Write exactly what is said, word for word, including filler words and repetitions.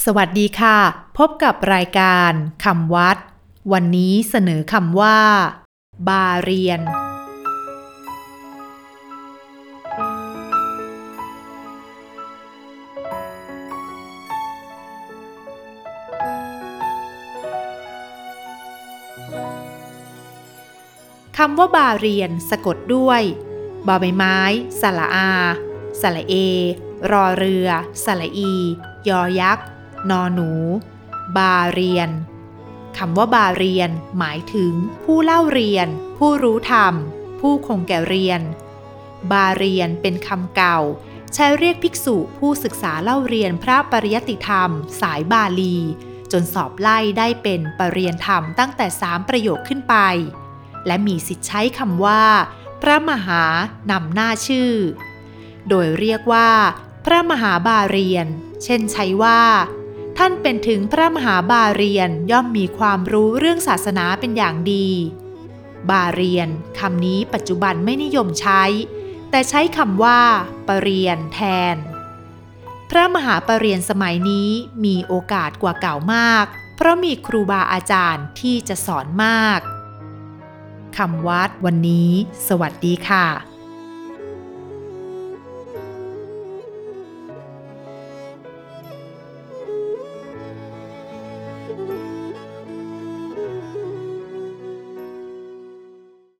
สวัสดีค่ะพบกับรายการคำวัดวันนี้เสนอคำว่าบาเรียนคำว่าบาเรียนสะกดด้วยบอใบไม้สระอาสระเอรอเรือสระอียอยักษ์นอหนูบาเรียนคำว่าบาเรียนหมายถึงผู้เล่าเรียนผู้รู้ธรรมผู้คงแก่เรียนบาเรียนเป็นคำเก่าใช้เรียกภิกษุผู้ศึกษาเล่าเรียนพระปริยัติธรรมสายบาลีจนสอบไล่ได้เป็นปรริญญาธรรมตั้งแต่สามประโยคขึ้นไปและมีสิทธิ์ใช้คำว่าพระมหานำหน้าชื่อโดยเรียกว่าพระมหาบาเรียนเช่นใช้ว่าท่านเป็นถึงพระมหาบาเรียนย่อมมีความรู้เรื่องศาสนาเป็นอย่างดีบาเรียนคำนี้ปัจจุบันไม่นิยมใช้แต่ใช้คำว่าปรริญญาแทนพระมหาปรริญญาสมัยนี้มีโอกาสกว่าเก่ามากเพราะมีครูบาอาจารย์ที่จะสอนมากคำวัดวันนี้สวัสดีค่ะ